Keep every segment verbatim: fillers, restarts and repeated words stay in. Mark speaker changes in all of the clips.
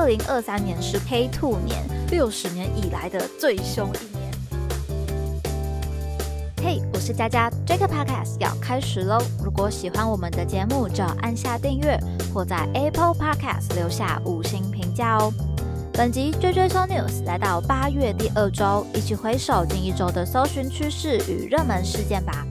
Speaker 1: 二零二三年是黑兔年，六十年以来的最凶一年。嘿、hey, 我是佳佳，这个 podcast 要开始咯。如果喜欢我们的节目，就要按下订阅，或在 Apple Podcast 留下五星评价哦。本集追追搜 News 来到八月第二周，一起回首近一周的搜寻趋势与热门事件吧。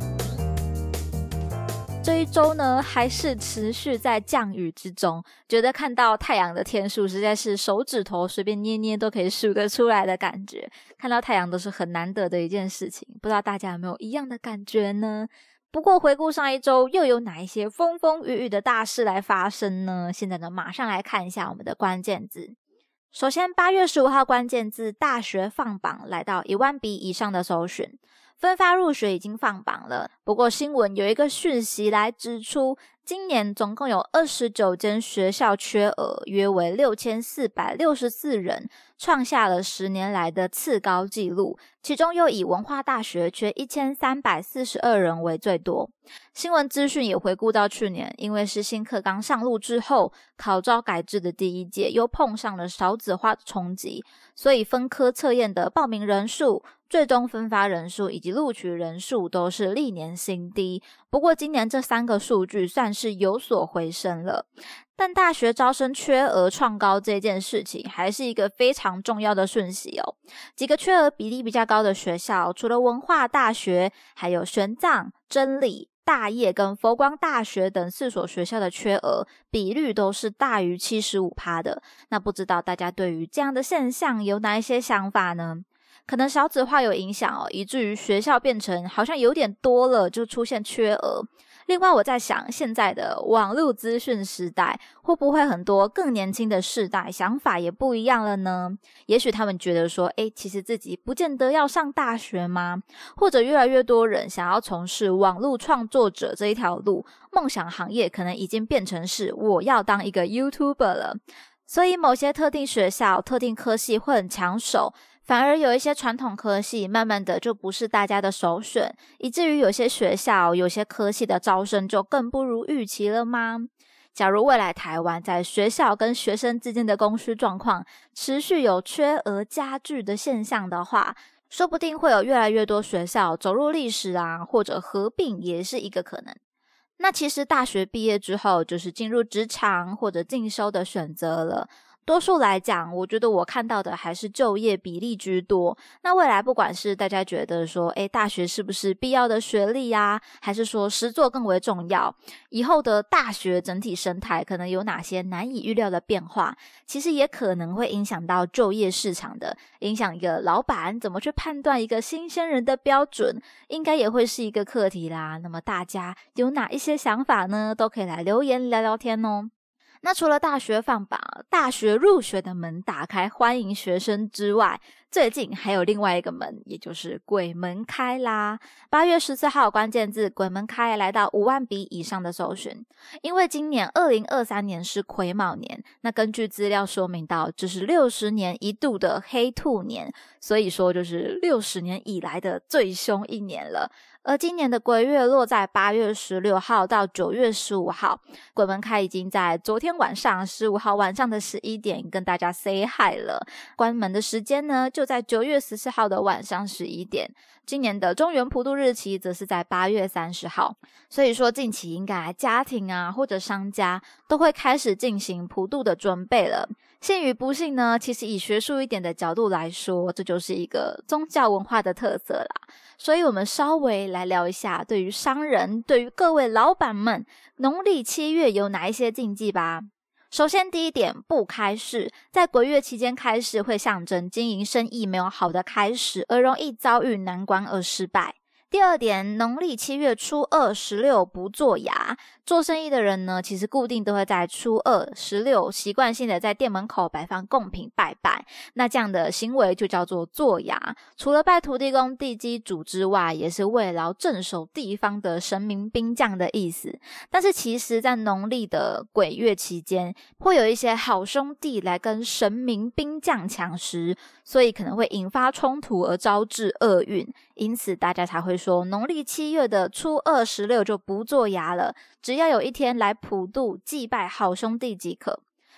Speaker 1: 这一周呢，还是持续在降雨之中，觉得看到太阳的天数实在是手指头随便捏捏都可以数得出来的感觉，看到太阳都是很难得的一件事情，不知道大家有没有一样的感觉呢？不过回顾上一周又有哪一些风风雨雨的大事来发生呢？现在呢，马上来看一下我们的关键字。首先八月十五号关键字大学放榜来到一万笔以上的搜寻，分发入学已经放榜了，不过新闻有一个讯息来指出，今年总共有二十九间学校缺额，约为六千四百六十四人，创下了十年来的次高纪录，其中又以文化大学缺一千三百四十二人为最多。新闻资讯也回顾到去年，因为是新课纲上路之后，考招改制的第一届又碰上了少子化的冲击，所以分科测验的报名人数、最终分发人数以及录取人数都是历年新低。不过今年这三个数据算是有所回升了，但大学招生缺额创高这件事情还是一个非常重要的讯息哦。几个缺额比例比较高的学校，除了文化大学，还有玄奘、真理、大业跟佛光大学等四所学校的缺额比率都是大于 百分之七十五 的。那不知道大家对于这样的现象有哪一些想法呢？可能少子化有影响哦，以至于学校变成好像有点多了，就出现缺额。另外我在想，现在的网络资讯时代，会不会很多更年轻的世代想法也不一样了呢？也许他们觉得说，诶，其实自己不见得要上大学吗？或者越来越多人想要从事网络创作者这一条路，梦想行业可能已经变成是我要当一个 YouTuber 了。所以某些特定学校、特定科系会很抢手，反而有一些传统科系慢慢的就不是大家的首选，以至于有些学校、有些科系的招生就更不如预期了吗？假如未来台湾在学校跟学生之间的供需状况持续有缺额加剧的现象的话，说不定会有越来越多学校走入历史啊，或者合并也是一个可能。那其实大学毕业之后就是进入职场或者进修的选择了，多数来讲，我觉得我看到的还是就业比例居多。那未来不管是大家觉得说，诶，大学是不是必要的学历啊，还是说实作更为重要，以后的大学整体生态可能有哪些难以预料的变化，其实也可能会影响到就业市场的，影响一个老板怎么去判断一个新鲜人的标准，应该也会是一个课题啦。那么大家有哪一些想法呢？都可以来留言聊聊天哦。那除了大学放榜、大学入学的门打开欢迎学生之外，最近还有另外一个门，也就是鬼门开啦。八月十四号关键字鬼门开来到五万笔以上的搜寻。因为今年二零二三年是癸卯年，那根据资料说明到这是六十年一度的黑兔年，所以说就是六十年以来的最凶一年了。而今年的鬼月落在八月十六号到九月十五号，鬼门开已经在昨天晚上十五号晚上的十一点跟大家 say hi 了，关门的时间呢就在九月十四号的晚上十一点。今年的中元普渡日期则是在八月三十号，所以说近期应该家庭啊或者商家都会开始进行普渡的准备了。信与不信呢，其实以学术一点的角度来说，这就是一个宗教文化的特色啦。所以我们稍微来聊一下，对于商人，对于各位老板们，农历七月有哪一些禁忌吧。首先第一点，不开市。在鬼月期间开市会象征经营生意没有好的开始，而容易遭遇难关而失败。第二点，农历七月初二、十六不做牙。做生意的人呢，其实固定都会在初二、十六习惯性的在店门口摆放贡品拜拜，那这样的行为就叫做做牙。除了拜土地公、地基主之外，也是慰劳镇守地方的神明兵将的意思。但是其实在农历的鬼月期间，会有一些好兄弟来跟神明兵将抢食，所以可能会引发冲突而招致厄运，因此大家才会说农历七月的初二、十六就不做牙了，只要有一天来普渡祭拜好兄弟即可。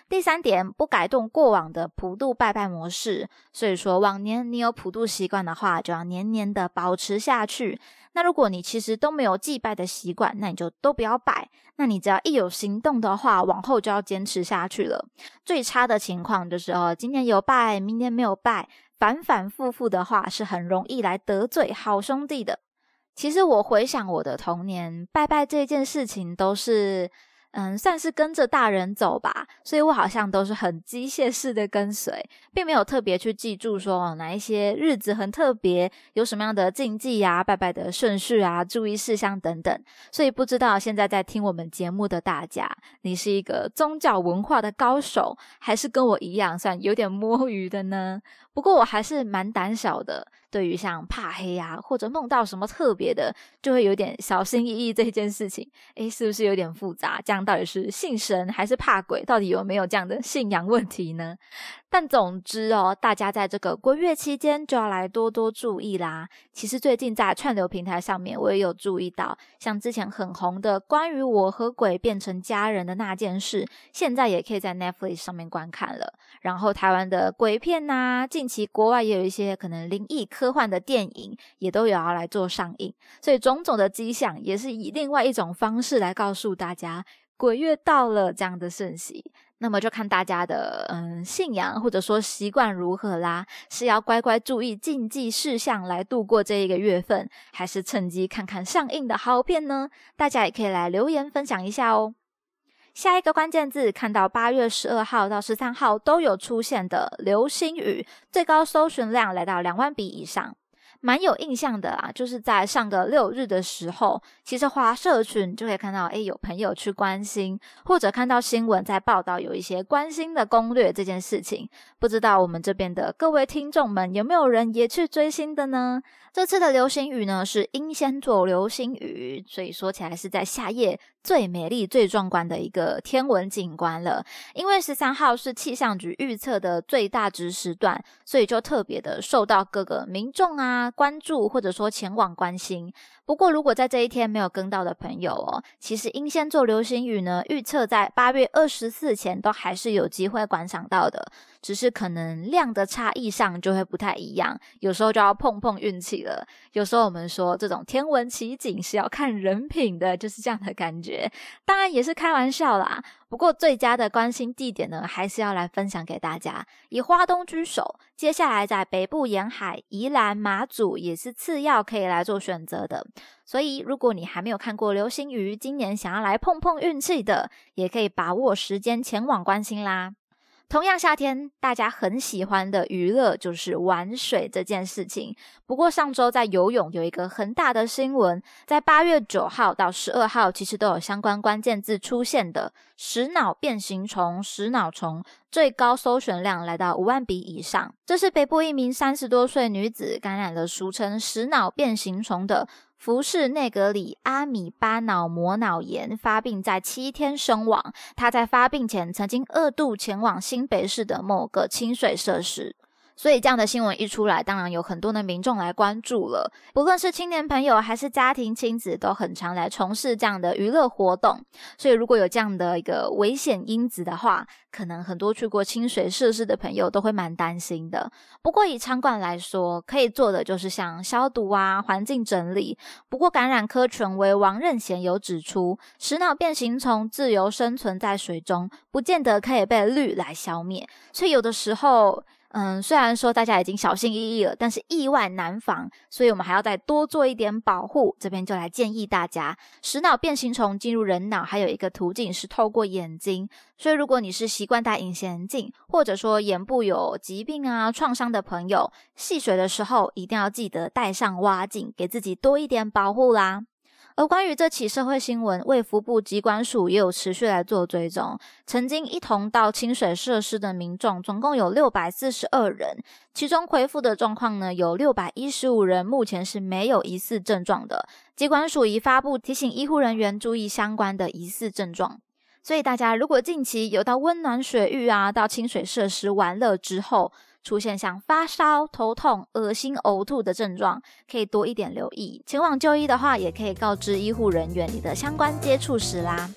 Speaker 1: 第三点，不改动过往的普渡拜拜模式，所以说往年你有普渡习惯的话，就要年年的保持下去。那如果你其实都没有祭拜的习惯，那你就都不要拜。那你只要一有行动的话，往后就要坚持下去了。最差的情况就是哦，今年有拜，明年没有拜，反反复复的话是很容易来得罪好兄弟的。其实我回想我的童年，拜拜这件事情都是嗯，算是跟着大人走吧，所以我好像都是很机械式的跟随，并没有特别去记住说哪一些日子很特别，有什么样的禁忌啊、拜拜的顺序啊、注意事项等等。所以不知道现在在听我们节目的大家，你是一个宗教文化的高手，还是跟我一样算有点摸鱼的呢？不过我还是蛮胆小的，对于像怕黑啊，或者梦到什么特别的，就会有点小心翼翼这件事情。诶，是不是有点复杂？这样到底是信神还是怕鬼？到底有没有这样的信仰问题呢？但总之哦，大家在这个归月期间就要来多多注意啦。其实最近在串流平台上面，我也有注意到，像之前很红的关于我和鬼变成家人的那件事，现在也可以在 Netflix 上面观看了。然后台湾的鬼片啊，近期国外也有一些可能灵异科幻的电影，也都有要来做上映。所以种种的迹象，也是以另外一种方式来告诉大家，鬼月到了这样的讯息。那么就看大家的嗯信仰或者说习惯如何啦，是要乖乖注意禁忌事项来度过这一个月份，还是趁机看看上映的好片呢？大家也可以来留言分享一下哦。下一个关键字看到八月十二号到十三号都有出现的流星雨，最高搜寻量来到两万笔以上。蛮有印象的啦，就是在上个六日的时候，其实滑社群就可以看到，诶，有朋友去关心，或者看到新闻在报道有一些关心的攻略这件事情。不知道我们这边的各位听众们有没有人也去追星的呢？这次的流星雨呢是英仙座流星雨，所以说起来是在夏夜最美丽最壮观的一个天文景观了。因为十三号是气象局预测的最大值时段，所以就特别的受到各个民众啊关注，或者说前往关心。不过如果在这一天没有跟到的朋友哦，其实英仙座流星雨呢预测在八月二十四前都还是有机会观赏到的，只是可能量的差异上就会不太一样，有时候就要碰碰运气了。有时候我们说这种天文奇景是要看人品的，就是这样的感觉，当然也是开玩笑啦。不过最佳的观星地点呢，还是要来分享给大家，以花东居首，接下来在北部沿海宜兰马祖也是次要可以来做选择的。所以如果你还没有看过流星雨，今年想要来碰碰运气的，也可以把握时间前往观星啦。同样夏天大家很喜欢的娱乐就是玩水这件事情。不过上周在游泳有一个很大的新闻，在八月九号到十二号其实都有相关关键字出现的，石脑变形虫、石脑虫最高搜寻量来到五万笔以上。这是北部一名三十多岁女子感染了俗称石脑变形虫的福氏内格里阿米巴脑膜脑炎，发病在七天身亡。他在发病前曾经二度前往新北市的某个清水设施。所以这样的新闻一出来，当然有很多的民众来关注了，不论是青年朋友还是家庭亲子，都很常来从事这样的娱乐活动。所以如果有这样的一个危险因子的话，可能很多去过清水设施的朋友都会蛮担心的。不过以场馆来说，可以做的就是像消毒啊、环境整理。不过感染科权威王任贤有指出，石脑变形虫自由生存在水中，不见得可以被氯来消灭，所以有的时候嗯，虽然说大家已经小心翼翼了，但是意外难防，所以我们还要再多做一点保护。这边就来建议大家，石脑变形虫进入人脑还有一个途径是透过眼睛，所以如果你是习惯戴隐形眼镜，或者说眼部有疾病啊、创伤的朋友，戏水的时候一定要记得戴上蛙镜，给自己多一点保护啦。而关于这起社会新闻，卫福部疾管署也有持续来做追踪。曾经一同到清水设施的民众总共有六百四十二人，其中恢复的状况呢有六百一十五人，目前是没有疑似症状的。疾管署已发布提醒医护人员注意相关的疑似症状。所以大家如果近期有到温暖水域啊，到清水设施玩乐之后，出现像发烧、头痛、恶心、呕吐的症状，可以多一点留意。前往就医的话，也可以告知医护人员你的相关接触史啦。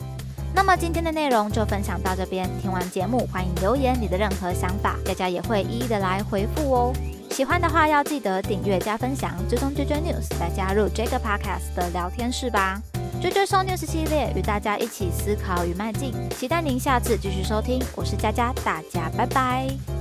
Speaker 1: 那么今天的内容就分享到这边，听完节目欢迎留言你的任何想法，佳佳也会一一的来回复哦。喜欢的话要记得订阅加分享，追踪 J J News， 再加入这个 Podcast 的聊天室吧。J J So News 系列与大家一起思考与迈进，期待您下次继续收听，我是佳佳，大家拜拜。